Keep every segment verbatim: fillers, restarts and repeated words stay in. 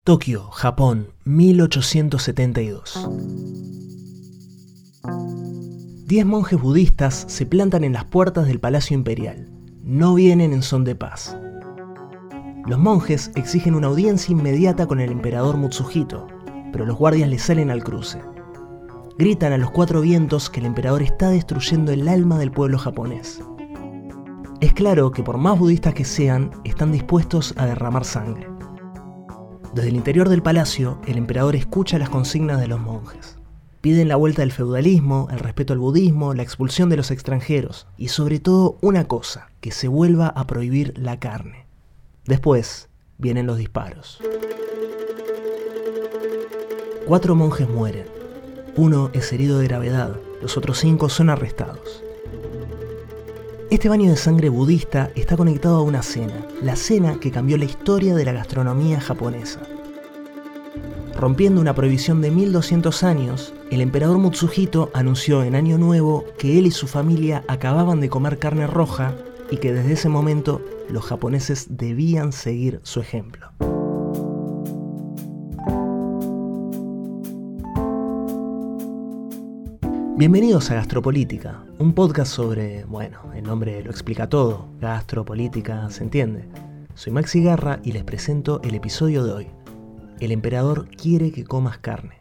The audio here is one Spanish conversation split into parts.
Tokio, Japón, mil ochocientos setenta y dos. Diez monjes budistas se plantan en las puertas del Palacio Imperial. No vienen en son de paz. Los monjes exigen una audiencia inmediata con el emperador Mutsuhito, pero los guardias les salen al cruce. Gritan a los cuatro vientos que el emperador está destruyendo el alma del pueblo japonés. Es claro que por más budistas que sean, están dispuestos a derramar sangre. Desde el interior del palacio, el emperador escucha las consignas de los monjes. Piden la vuelta del feudalismo, el respeto al budismo, la expulsión de los extranjeros y sobre todo una cosa, que se vuelva a prohibir la carne. Después vienen los disparos. Cuatro monjes mueren. Uno es herido de gravedad, los otros cinco son arrestados. Este baño de sangre budista está conectado a una cena, la cena que cambió la historia de la gastronomía japonesa. Rompiendo una prohibición de mil doscientos años, el emperador Mutsuhito anunció en Año Nuevo que él y su familia acababan de comer carne roja y que desde ese momento los japoneses debían seguir su ejemplo. Bienvenidos a Gastropolítica, un podcast sobre, bueno, el nombre lo explica todo, gastropolítica, ¿se entiende? Soy Maxi Guerra y les presento el episodio de hoy. El emperador quiere que comas carne.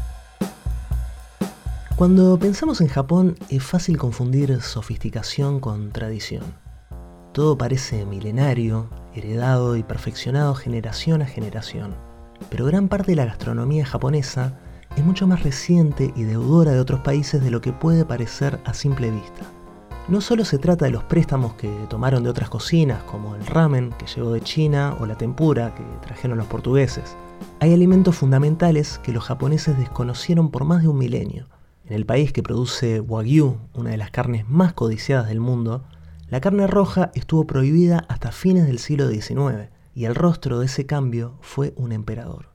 Cuando pensamos en Japón es fácil confundir sofisticación con tradición. Todo parece milenario, heredado y perfeccionado generación a generación, pero gran parte de la gastronomía japonesa es mucho más reciente y deudora de otros países de lo que puede parecer a simple vista. No solo se trata de los préstamos que tomaron de otras cocinas, como el ramen que llegó de China o la tempura que trajeron los portugueses. Hay alimentos fundamentales que los japoneses desconocieron por más de un milenio. En el país que produce Wagyu, una de las carnes más codiciadas del mundo, la carne roja estuvo prohibida hasta fines del siglo diecinueve, y el rostro de ese cambio fue un emperador.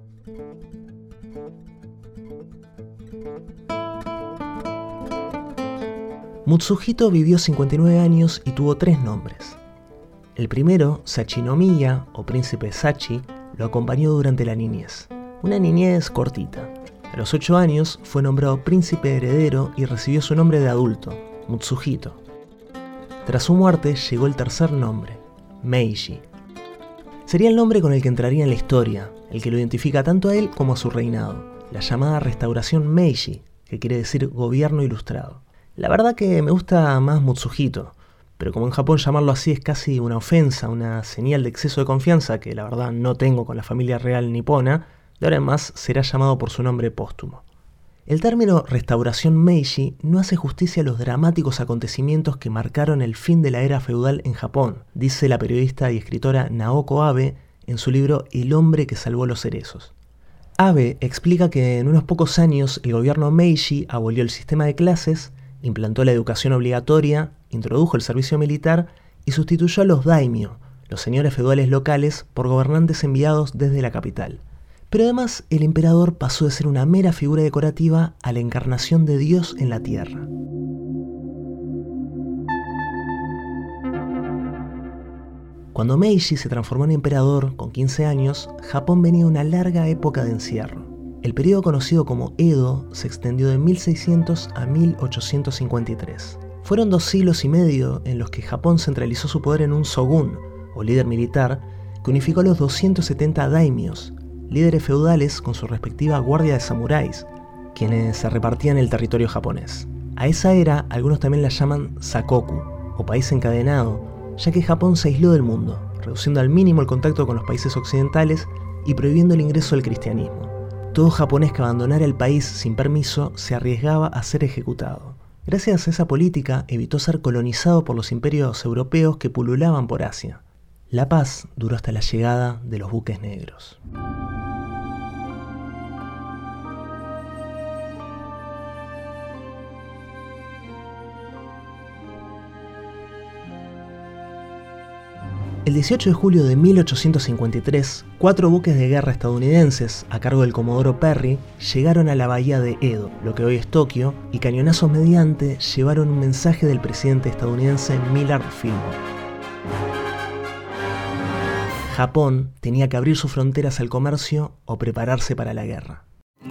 Mutsuhito vivió cincuenta y nueve años y tuvo tres nombres. El primero, Sachinomiya, o príncipe Sachi, lo acompañó durante la niñez. Una niñez cortita. A los ocho años fue nombrado príncipe heredero y recibió su nombre de adulto, Mutsuhito. Tras su muerte llegó el tercer nombre, Meiji. Sería el nombre con el que entraría en la historia, el que lo identifica tanto a él como a su reinado, la llamada Restauración Meiji, que quiere decir gobierno ilustrado. La verdad que me gusta más Mutsuhito, pero como en Japón llamarlo así es casi una ofensa, una señal de exceso de confianza que la verdad no tengo con la familia real nipona, de ahora en más será llamado por su nombre póstumo. El término Restauración Meiji no hace justicia a los dramáticos acontecimientos que marcaron el fin de la era feudal en Japón, dice la periodista y escritora Naoko Abe en su libro El hombre que salvó los cerezos. Abe explica que en unos pocos años el gobierno Meiji abolió el sistema de clases, implantó la educación obligatoria, introdujo el servicio militar y sustituyó a los daimyo, los señores feudales locales, por gobernantes enviados desde la capital. Pero además el emperador pasó de ser una mera figura decorativa a la encarnación de Dios en la tierra. Cuando Meiji se transformó en emperador con quince años, Japón venía una larga época de encierro. El periodo conocido como Edo se extendió de mil seiscientos a mil ochocientos cincuenta y tres. Fueron dos siglos y medio en los que Japón centralizó su poder en un shogun, o líder militar, que unificó a los doscientos setenta daimyos, líderes feudales con su respectiva guardia de samuráis, quienes se repartían el territorio japonés. A esa era algunos también la llaman sakoku, o país encadenado, ya que Japón se aisló del mundo, reduciendo al mínimo el contacto con los países occidentales y prohibiendo el ingreso del cristianismo. Todo japonés que abandonara el país sin permiso se arriesgaba a ser ejecutado. Gracias a esa política evitó ser colonizado por los imperios europeos que pululaban por Asia. La paz duró hasta la llegada de los buques negros. El dieciocho de julio de mil ochocientos cincuenta y tres, cuatro buques de guerra estadounidenses, a cargo del comodoro Perry, llegaron a la bahía de Edo, lo que hoy es Tokio, y cañonazos mediante llevaron un mensaje del presidente estadounidense Millard Fillmore. Japón tenía que abrir sus fronteras al comercio o prepararse para la guerra.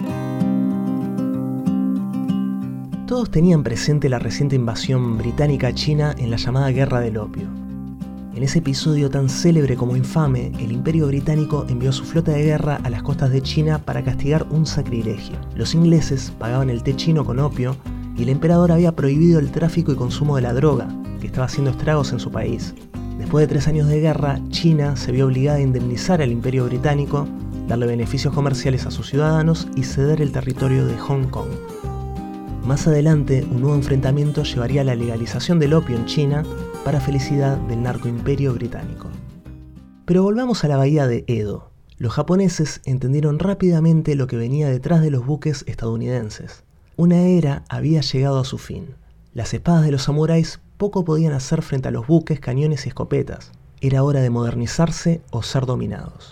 Todos tenían presente la reciente invasión británica a China en la llamada Guerra del Opio. En ese episodio tan célebre como infame, el Imperio Británico envió su flota de guerra a las costas de China para castigar un sacrilegio. Los ingleses pagaban el té chino con opio y el emperador había prohibido el tráfico y consumo de la droga, que estaba haciendo estragos en su país. Después de tres años de guerra, China se vio obligada a indemnizar al Imperio Británico, darle beneficios comerciales a sus ciudadanos y ceder el territorio de Hong Kong. Más adelante, un nuevo enfrentamiento llevaría a la legalización del opio en China para felicidad del narcoimperio británico. Pero volvamos a la bahía de Edo. Los japoneses entendieron rápidamente lo que venía detrás de los buques estadounidenses. Una era había llegado a su fin. Las espadas de los samuráis poco podían hacer frente a los buques, cañones y escopetas. Era hora de modernizarse o ser dominados.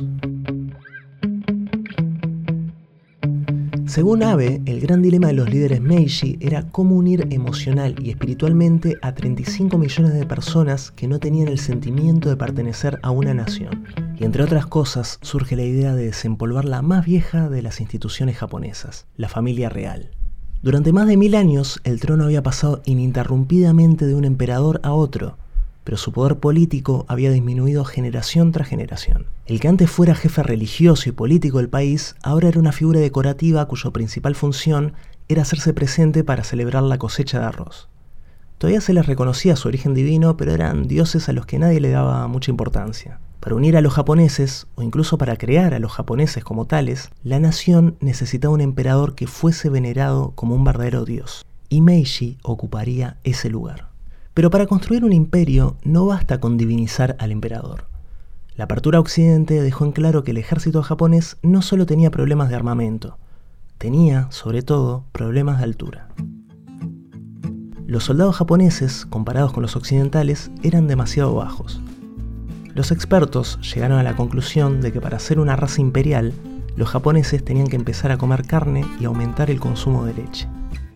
Según Abe, el gran dilema de los líderes Meiji era cómo unir emocional y espiritualmente a treinta y cinco millones de personas que no tenían el sentimiento de pertenecer a una nación. Y entre otras cosas, surge la idea de desempolvar la más vieja de las instituciones japonesas, la familia real. Durante más de mil años, el trono había pasado ininterrumpidamente de un emperador a otro, pero su poder político había disminuido generación tras generación. El que antes fuera jefe religioso y político del país, ahora era una figura decorativa cuya principal función era hacerse presente para celebrar la cosecha de arroz. Todavía se les reconocía su origen divino, pero eran dioses a los que nadie le daba mucha importancia. Para unir a los japoneses, o incluso para crear a los japoneses como tales, la nación necesitaba un emperador que fuese venerado como un verdadero dios, y Meiji ocuparía ese lugar. Pero para construir un imperio no basta con divinizar al emperador. La apertura a Occidente dejó en claro que el ejército japonés no solo tenía problemas de armamento, tenía, sobre todo, problemas de altura. Los soldados japoneses, comparados con los occidentales, eran demasiado bajos. Los expertos llegaron a la conclusión de que para ser una raza imperial, los japoneses tenían que empezar a comer carne y aumentar el consumo de leche.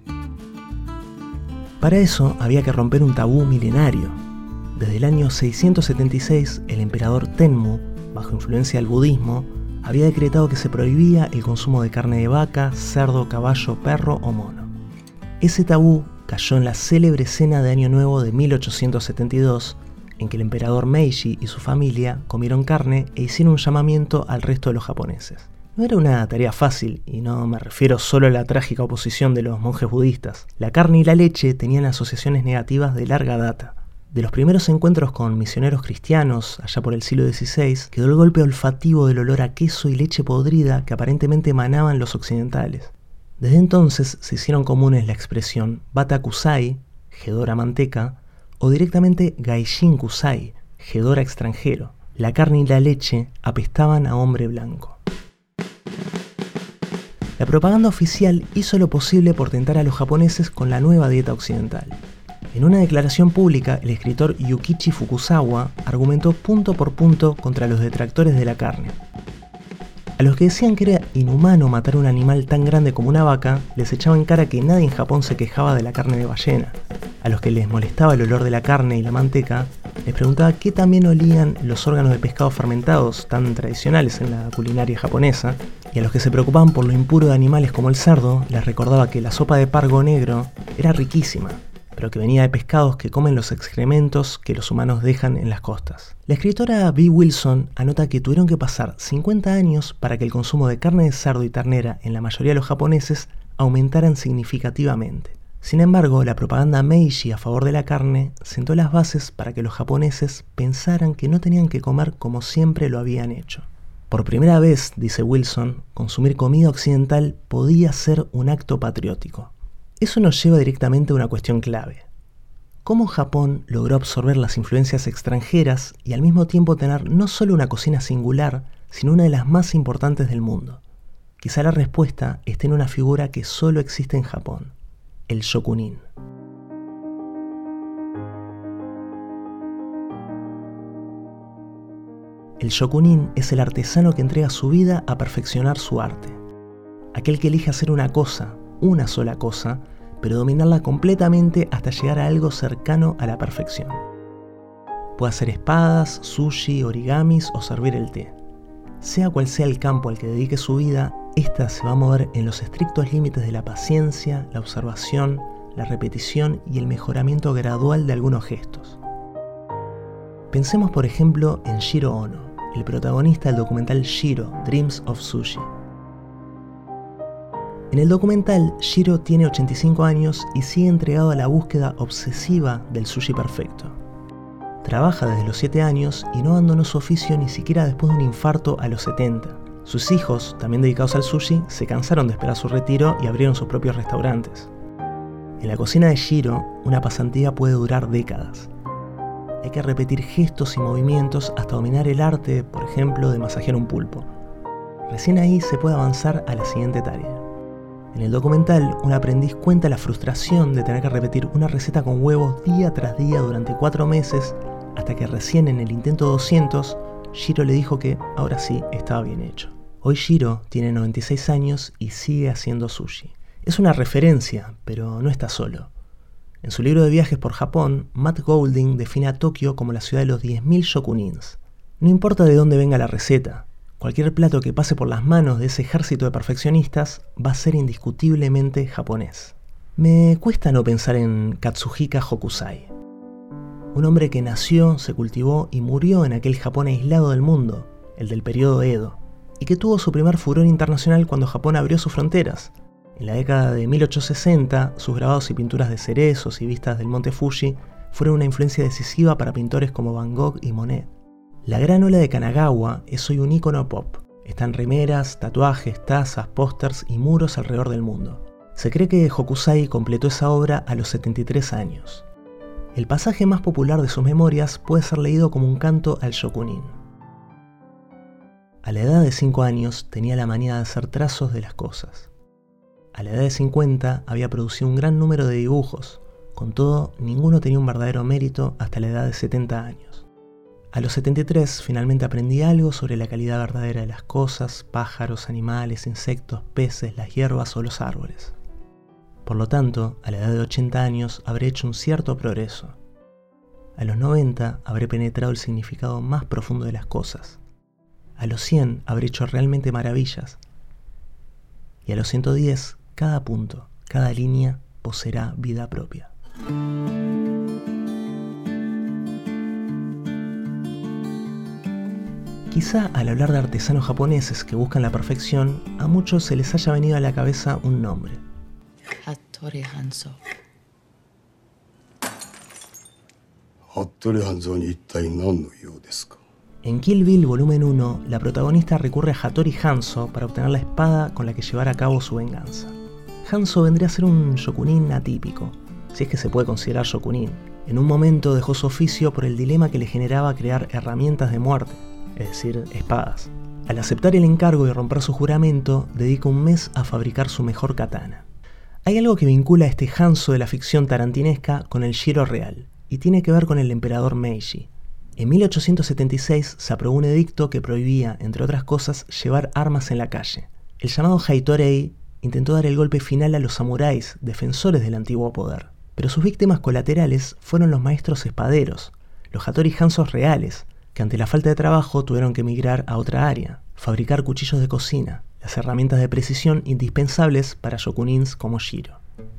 Para eso había que romper un tabú milenario. Desde el año seiscientos setenta y seis, el emperador Tenmu, bajo influencia del budismo, había decretado que se prohibía el consumo de carne de vaca, cerdo, caballo, perro o mono. Ese tabú cayó en la célebre cena de Año Nuevo de mil ochocientos setenta y dos, en que el emperador Meiji y su familia comieron carne e hicieron un llamamiento al resto de los japoneses. No era una tarea fácil, y no me refiero solo a la trágica oposición de los monjes budistas. La carne y la leche tenían asociaciones negativas de larga data. De los primeros encuentros con misioneros cristianos, allá por el siglo dieciséis, quedó el golpe olfativo del olor a queso y leche podrida que aparentemente emanaban los occidentales. Desde entonces se hicieron comunes la expresión Bata Kusai, Hedora manteca, o directamente Gaijin Kusai, Hedora extranjero. La carne y la leche apestaban a hombre blanco. La propaganda oficial hizo lo posible por tentar a los japoneses con la nueva dieta occidental. En una declaración pública, el escritor Yukichi Fukusawa argumentó punto por punto contra los detractores de la carne. A los que decían que era inhumano matar un animal tan grande como una vaca, les echaba en cara que nadie en Japón se quejaba de la carne de ballena. A los que les molestaba el olor de la carne y la manteca, les preguntaba qué también olían los órganos de pescado fermentados, tan tradicionales en la culinaria japonesa, y a los que se preocupaban por lo impuro de animales como el cerdo, les recordaba que la sopa de pargo negro era riquísima, pero que venía de pescados que comen los excrementos que los humanos dejan en las costas. La escritora Bee Wilson anota que tuvieron que pasar cincuenta años para que el consumo de carne de cerdo y ternera en la mayoría de los japoneses aumentaran significativamente. Sin embargo, la propaganda Meiji a favor de la carne sentó las bases para que los japoneses pensaran que no tenían que comer como siempre lo habían hecho. Por primera vez, dice Wilson, consumir comida occidental podía ser un acto patriótico. Eso nos lleva directamente a una cuestión clave. ¿Cómo Japón logró absorber las influencias extranjeras y al mismo tiempo tener no solo una cocina singular, sino una de las más importantes del mundo? Quizá la respuesta esté en una figura que solo existe en Japón: el shokunin. El shokunin es el artesano que entrega su vida a perfeccionar su arte. Aquel que elige hacer una cosa, una sola cosa, pero dominarla completamente hasta llegar a algo cercano a la perfección. Puede hacer espadas, sushi, origamis o servir el té. Sea cual sea el campo al que dedique su vida, ésta se va a mover en los estrictos límites de la paciencia, la observación, la repetición y el mejoramiento gradual de algunos gestos. Pensemos por ejemplo en Shiro Ono, el protagonista del documental Shiro, Dreams of Sushi. En el documental, Shiro tiene ochenta y cinco años y sigue entregado a la búsqueda obsesiva del sushi perfecto. Trabaja desde los siete años y no abandonó su oficio ni siquiera después de un infarto a los setenta. Sus hijos, también dedicados al sushi, se cansaron de esperar su retiro y abrieron sus propios restaurantes. En la cocina de Shiro, una pasantía puede durar décadas. Hay que repetir gestos y movimientos hasta dominar el arte, por ejemplo, de masajear un pulpo. Recién ahí se puede avanzar a la siguiente tarea. En el documental, un aprendiz cuenta la frustración de tener que repetir una receta con huevos día tras día durante cuatro meses, hasta que recién en el intento doscientos, Shiro le dijo que ahora sí estaba bien hecho. Hoy Shiro tiene noventa y seis años y sigue haciendo sushi. Es una referencia, pero no está solo. En su libro de viajes por Japón, Matt Goulding define a Tokio como la ciudad de los diez mil shokunins. No importa de dónde venga la receta, cualquier plato que pase por las manos de ese ejército de perfeccionistas va a ser indiscutiblemente japonés. Me cuesta no pensar en Katsuhika Hokusai, un hombre que nació, se cultivó y murió en aquel Japón aislado del mundo, el del periodo Edo, y que tuvo su primer furor internacional cuando Japón abrió sus fronteras. En la década de mil ochocientos sesenta, sus grabados y pinturas de cerezos y vistas del monte Fuji fueron una influencia decisiva para pintores como Van Gogh y Monet. La gran ola de Kanagawa es hoy un ícono pop. Están remeras, tatuajes, tazas, pósters y muros alrededor del mundo. Se cree que Hokusai completó esa obra a los setenta y tres años. El pasaje más popular de sus memorias puede ser leído como un canto al shokunin. A la edad de cinco años tenía la manía de hacer trazos de las cosas. A la edad de cincuenta había producido un gran número de dibujos. Con todo, ninguno tenía un verdadero mérito hasta la edad de setenta años. A los setenta y tres finalmente aprendí algo sobre la calidad verdadera de las cosas, pájaros, animales, insectos, peces, las hierbas o los árboles. Por lo tanto, a la edad de ochenta años habré hecho un cierto progreso. A los noventa habré penetrado el significado más profundo de las cosas. A los cien habré hecho realmente maravillas. Y a los ciento diez, cada punto, cada línea poseerá vida propia. Quizá al hablar de artesanos japoneses que buscan la perfección, a muchos se les haya venido a la cabeza un nombre. Hattori Hanzo. Hattori Hanzo ni ittai nan no you desu ka? En Kill Bill Volumen uno, la protagonista recurre a Hattori Hanzo para obtener la espada con la que llevar a cabo su venganza. Hanzo vendría a ser un shokunin atípico, si es que se puede considerar shokunin. En un momento dejó su oficio por el dilema que le generaba crear herramientas de muerte, es decir, espadas. Al aceptar el encargo y romper su juramento, dedica un mes a fabricar su mejor katana. Hay algo que vincula a este Hanzo de la ficción tarantinesca con el Shiro real, y tiene que ver con el emperador Meiji. En mil ochocientos setenta y seis se aprobó un edicto que prohibía, entre otras cosas, llevar armas en la calle. El llamado Heitorei intentó dar el golpe final a los samuráis, defensores del antiguo poder, pero sus víctimas colaterales fueron los maestros espaderos, los Hattori Hanzos reales, que ante la falta de trabajo tuvieron que emigrar a otra área, fabricar cuchillos de cocina, las herramientas de precisión indispensables para shokunins como Shiro.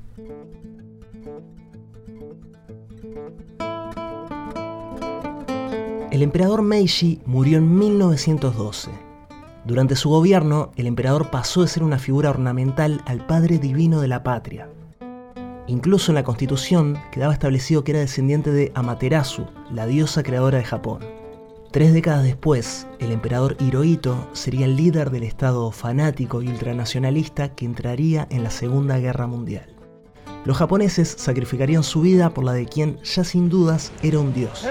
El emperador Meiji murió en mil novecientos doce. Durante su gobierno, el emperador pasó de ser una figura ornamental al padre divino de la patria. Incluso en la constitución quedaba establecido que era descendiente de Amaterasu, la diosa creadora de Japón. Tres décadas después, el emperador Hirohito sería el líder del estado fanático y ultranacionalista que entraría en la Segunda Guerra Mundial. Los japoneses sacrificarían su vida por la de quien, ya sin dudas, era un dios.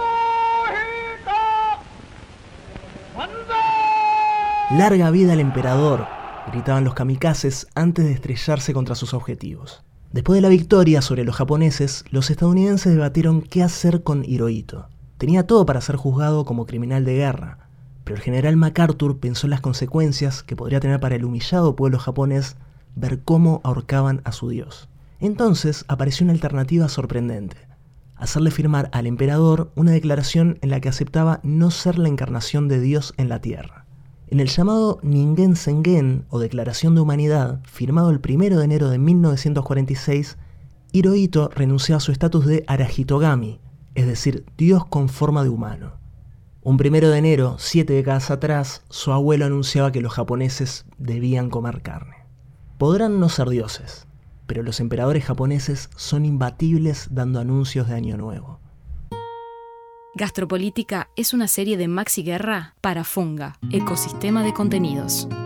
¡Larga vida al emperador!, gritaban los kamikazes antes de estrellarse contra sus objetivos. Después de la victoria sobre los japoneses, los estadounidenses debatieron qué hacer con Hirohito. Tenía todo para ser juzgado como criminal de guerra, pero el general MacArthur pensó en las consecuencias que podría tener para el humillado pueblo japonés ver cómo ahorcaban a su dios. Entonces apareció una alternativa sorprendente: hacerle firmar al emperador una declaración en la que aceptaba no ser la encarnación de Dios en la tierra. En el llamado Ningen Sengen, o Declaración de Humanidad, firmado el primero de enero de mil novecientos cuarenta y seis, Hirohito renunció a su estatus de Arahitogami, es decir, Dios con forma de humano. Un primero de enero, siete décadas atrás, su abuelo anunciaba que los japoneses debían comer carne. Podrán no ser dioses, pero los emperadores japoneses son imbatibles dando anuncios de Año Nuevo. Gastropolítica es una serie de Maxi Guerra para Funga, ecosistema de contenidos.